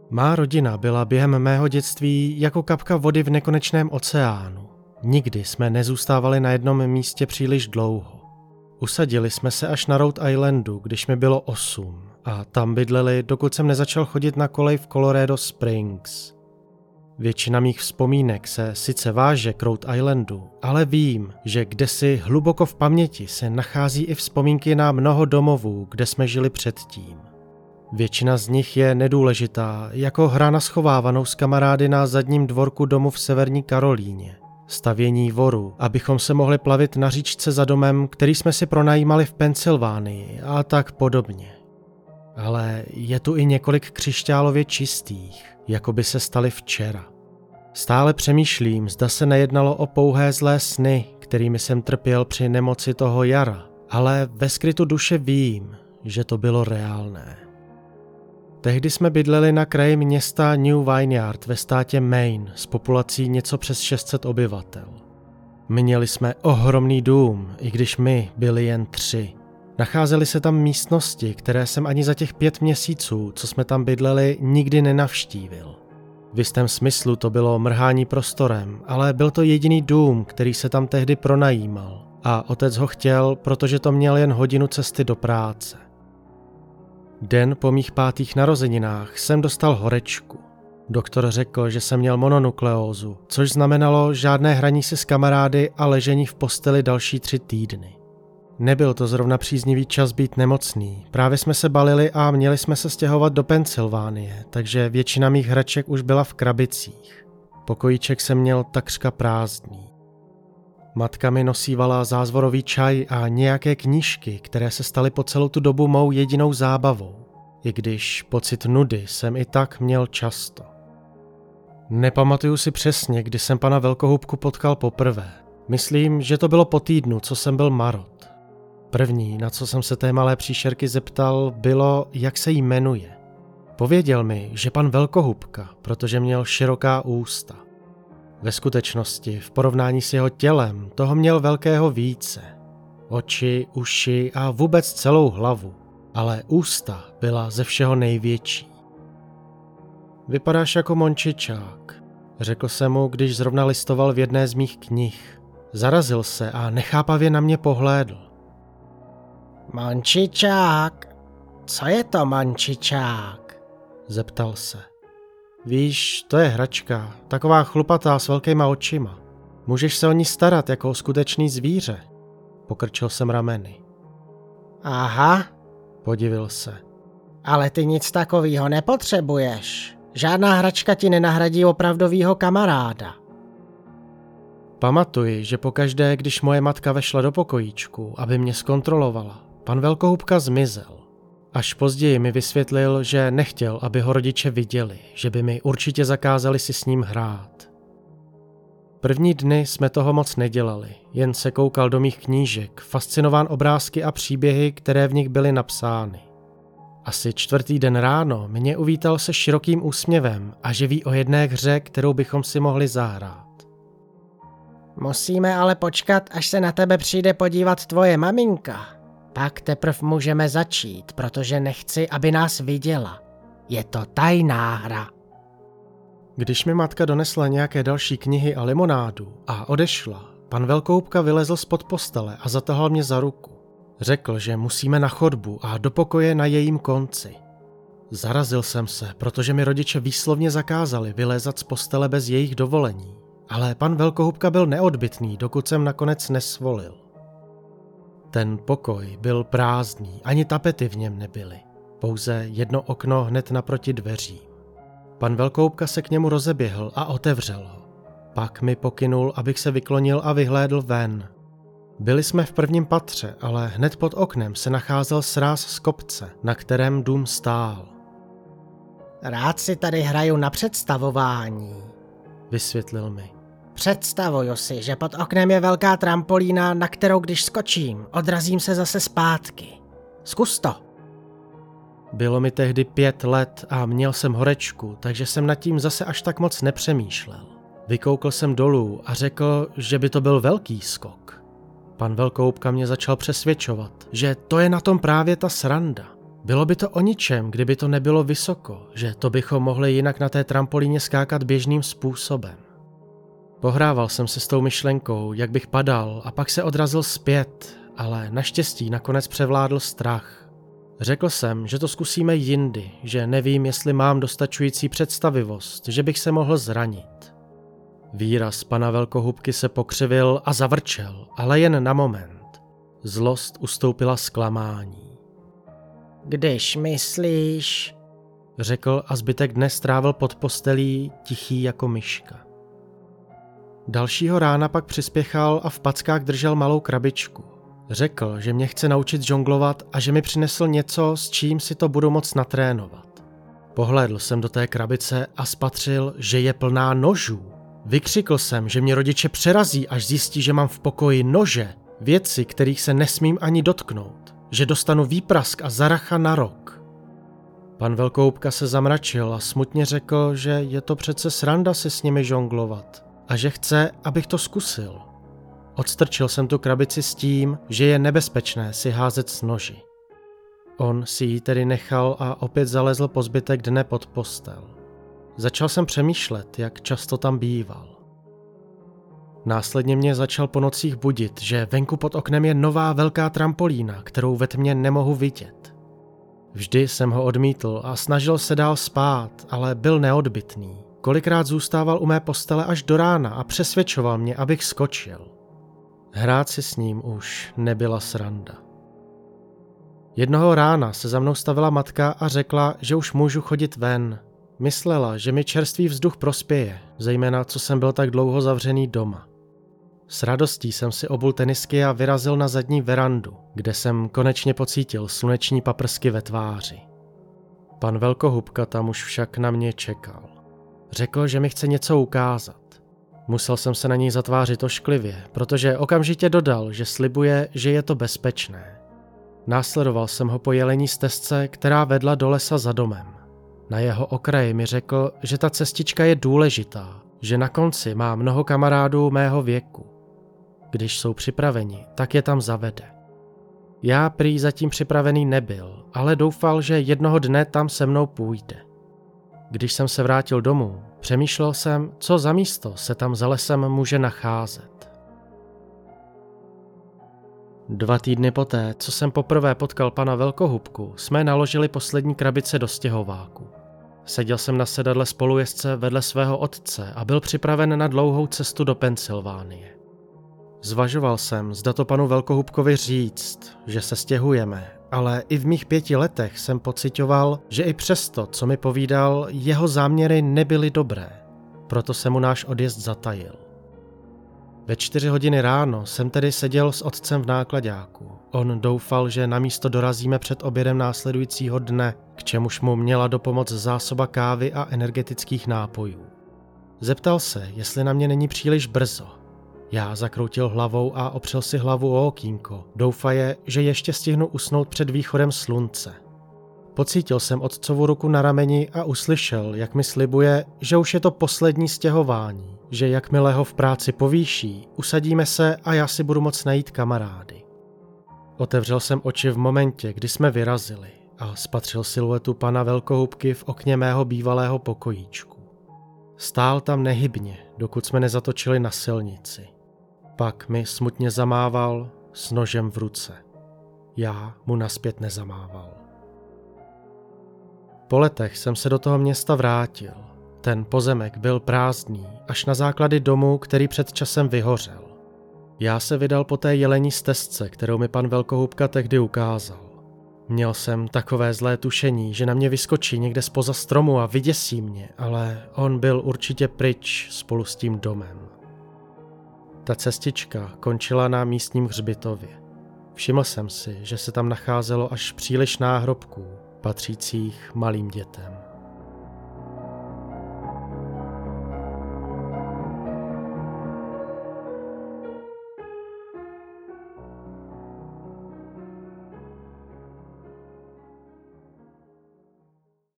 Má rodina byla během mého dětství jako kapka vody v nekonečném oceánu. Nikdy jsme nezůstávali na jednom místě příliš dlouho. Usadili jsme se až na Rhode Islandu, když mi bylo 8 a tam bydleli, dokud jsem nezačal chodit na kolej v Colorado Springs. Většina mých vzpomínek se sice váže k Rhode Islandu, ale vím, že kdesi hluboko v paměti se nachází i vzpomínky na mnoho domovů, kde jsme žili předtím. Většina z nich je nedůležitá, jako hra na schovávanou s kamarády na zadním dvorku domu v Severní Karolíně, stavění voru, abychom se mohli plavit na říčce za domem, který jsme si pronajímali v Pensylvánii a tak podobně. Ale je tu i několik křišťálově čistých, jako by se staly včera. Stále přemýšlím, zda se nejednalo o pouhé zlé sny, kterými jsem trpěl při nemoci toho jara, ale ve skrytu duše vím, že to bylo reálné. Tehdy jsme bydleli na kraji města New Vineyard ve státě Maine s populací něco přes 600 obyvatel. Měli jsme ohromný dům, i když my byli jen 3. Nacházely se tam místnosti, které jsem ani za těch 5 měsíců, co jsme tam bydleli, nikdy nenavštívil. V jistém smyslu to bylo mrhání prostorem, ale byl to jediný dům, který se tam tehdy pronajímal a otec ho chtěl, protože to měl jen hodinu cesty do práce. Den po mých 5. narozeninách jsem dostal horečku. Doktor řekl, že jsem měl mononukleózu, což znamenalo žádné hraní si s kamarády a ležení v posteli další 3 týdny. Nebyl to zrovna příznivý čas být nemocný, právě jsme se balili a měli jsme se stěhovat do Pensylvánie, takže většina mých hraček už byla v krabicích. Pokojíček jsem měl takřka prázdný. Matka mi nosívala zázvorový čaj a nějaké knížky, které se staly po celou tu dobu mou jedinou zábavou, i když pocit nudy jsem i tak měl často. Nepamatuju si přesně, kdy jsem pana Velkohubku potkal poprvé. Myslím, že to bylo po týdnu, co jsem byl marot. První, na co jsem se té malé příšerky zeptal, bylo, jak se jí jmenuje. Pověděl mi, že pan Velkohubka, protože měl široká ústa. Ve skutečnosti, v porovnání s jeho tělem, toho měl velkého více. Oči, uši a vůbec celou hlavu, ale ústa byla ze všeho největší. Vypadáš jako mončičák, řekl jsem mu, když zrovna listoval v jedné z mých knih. Zarazil se a nechápavě na mě pohlédl. Mončičák? Co je to mončičák? Zeptal se. Víš, to je hračka, taková chlupatá s velkýma očima. Můžeš se o ní starat jako o skutečný zvíře. Pokrčil jsem rameny. Aha, podivil se. Ale ty nic takového nepotřebuješ. Žádná hračka ti nenahradí opravdovýho kamaráda. Pamatuji, že pokaždé, když moje matka vešla do pokojíčku, aby mě zkontrolovala, pan Velkohubka zmizel. Až později mi vysvětlil, že nechtěl, aby ho rodiče viděli, že by mi určitě zakázali si s ním hrát. První dny jsme toho moc nedělali, jen se koukal do mých knížek, fascinován obrázky a příběhy, které v nich byly napsány. Asi 4. den ráno mě uvítal se širokým úsměvem a že ví o jedné hře, kterou bychom si mohli zahrát. Musíme ale počkat, až se na tebe přijde podívat tvoje maminka. Pak teprv můžeme začít, protože nechci, aby nás viděla. Je to tajná hra. Když mi matka donesla nějaké další knihy a limonádu a odešla, pan Velkohubka vylezl spod postele a zatahal mě za ruku. Řekl, že musíme na chodbu a do pokoje na jejím konci. Zarazil jsem se, protože mi rodiče výslovně zakázali vylézat z postele bez jejich dovolení, ale pan Velkohubka byl neodbytný, dokud jsem nakonec nesvolil. Ten pokoj byl prázdný, ani tapety v něm nebyly, pouze jedno okno hned naproti dveřím. Pan Velkohubka se k němu rozeběhl a otevřel ho. Pak mi pokynul, abych se vyklonil a vyhlédl ven. Byli jsme v 1. patře, ale hned pod oknem se nacházel sráz z kopce, na kterém dům stál. Rád si tady hraju na představování, vysvětlil mi. Představuju si, že pod oknem je velká trampolína, na kterou když skočím, odrazím se zase zpátky. Zkus to. Bylo mi tehdy 5 let a měl jsem horečku, takže jsem nad tím zase až tak moc nepřemýšlel. Vykoukl jsem dolů a řekl, že by to byl velký skok. Pan Velkohubka mě začal přesvědčovat, že to je na tom právě ta sranda. Bylo by to o ničem, kdyby to nebylo vysoko, že to bychom mohli jinak na té trampolíně skákat běžným způsobem. Pohrával jsem se s tou myšlenkou, jak bych padal a pak se odrazil zpět, ale naštěstí nakonec převládl strach. Řekl jsem, že to zkusíme jindy, že nevím, jestli mám dostačující představivost, že bych se mohl zranit. Výraz pana velkohubky se pokřivil a zavrčel, ale jen na moment. Zlost ustoupila zklamání. Když myslíš, řekl a zbytek dne strávil pod postelí, tichý jako myška. Dalšího rána pak přispěchal a v packách držel malou krabičku. Řekl, že mě chce naučit žonglovat a že mi přinesl něco, s čím si to budu moct natrénovat. Pohlédl jsem do té krabice a spatřil, že je plná nožů. Vykřikl jsem, že mě rodiče přerazí, až zjistí, že mám v pokoji nože, věci, kterých se nesmím ani dotknout, že dostanu výprask a zaracha na rok. Pan velkohubka se zamračil a smutně řekl, že je to přece sranda si s nimi žonglovat a že chce, abych to zkusil. Odstrčil jsem tu krabici s tím, že je nebezpečné si házet s noži. On si ji tedy nechal a opět zalezl po zbytek dne pod postel. Začal jsem přemýšlet, jak často tam býval. Následně mě začal po nocích budit, že venku pod oknem je nová velká trampolína, kterou ve tmě nemohu vidět. Vždy jsem ho odmítl a snažil se dál spát, ale byl neodbytný. Kolikrát zůstával u mé postele až do rána a přesvědčoval mě, abych skočil. Hrát si s ním už nebyla sranda. Jednoho rána se za mnou stavila matka a řekla, že už můžu chodit ven. Myslela, že mi čerstvý vzduch prospěje, zejména co jsem byl tak dlouho zavřený doma. S radostí jsem si obul tenisky a vyrazil na zadní verandu, kde jsem konečně pocítil sluneční paprsky ve tváři. Pan velkohubka tam už však na mě čekal. Řekl, že mi chce něco ukázat. Musel jsem se na něj zatvářit ošklivě, protože okamžitě dodal, že slibuje, že je to bezpečné. Následoval jsem ho po jelení stezce, která vedla do lesa za domem. Na jeho okraji mi řekl, že ta cestička je důležitá, že na konci má mnoho kamarádů mého věku. Když jsou připraveni, tak je tam zavede. Já prý zatím připravený nebyl, ale doufal, že jednoho dne tam se mnou půjde. Když jsem se vrátil domů, přemýšlel jsem, co za místo se tam za lesem může nacházet. 2 týdny poté, co jsem poprvé potkal pana velkohubku, jsme naložili poslední krabice do stěhováku. Seděl jsem na sedadle spolujezdce vedle svého otce a byl připraven na dlouhou cestu do Pensylvánie. Zvažoval jsem, zda to panu velkohubkovi říct, že se stěhujeme, ale i v mých 5 letech jsem pociťoval, že i přesto, co mi povídal, jeho záměry nebyly dobré. Proto se mu náš odjezd zatajil. Ve 4 hodiny ráno jsem tedy seděl s otcem v náklaďáku. On doufal, že na místo dorazíme před obědem následujícího dne, k čemuž mu měla dopomoct zásoba kávy a energetických nápojů. Zeptal se, jestli na mě není příliš brzo. Já zakroutil hlavou a opřel si hlavu o okýnko, doufaje, že ještě stihnu usnout před východem slunce. Pocítil jsem otcovu ruku na rameni a uslyšel, jak mi slibuje, že už je to poslední stěhování, že jakmile ho v práci povýší, usadíme se a já si budu moct najít kamarády. Otevřel jsem oči v momentě, kdy jsme vyrazili a spatřil siluetu pana velkohubky v okně mého bývalého pokojíčku. Stál tam nehybně, dokud jsme nezatočili na silnici. Pak mi smutně zamával s nožem v ruce. Já mu nazpět nezamával. Po letech jsem se do toho města vrátil. Ten pozemek byl prázdný, až na základy domu, který před časem vyhořel. Já se vydal po té jelení stezce, kterou mi pan velkohubka tehdy ukázal. Měl jsem takové zlé tušení, že na mě vyskočí někde zpoza stromu a vyděsí mě, ale on byl určitě pryč spolu s tím domem. Ta cestička končila na místním hřbitově. Všiml jsem si, že se tam nacházelo až příliš náhrobků, patřících malým dětem.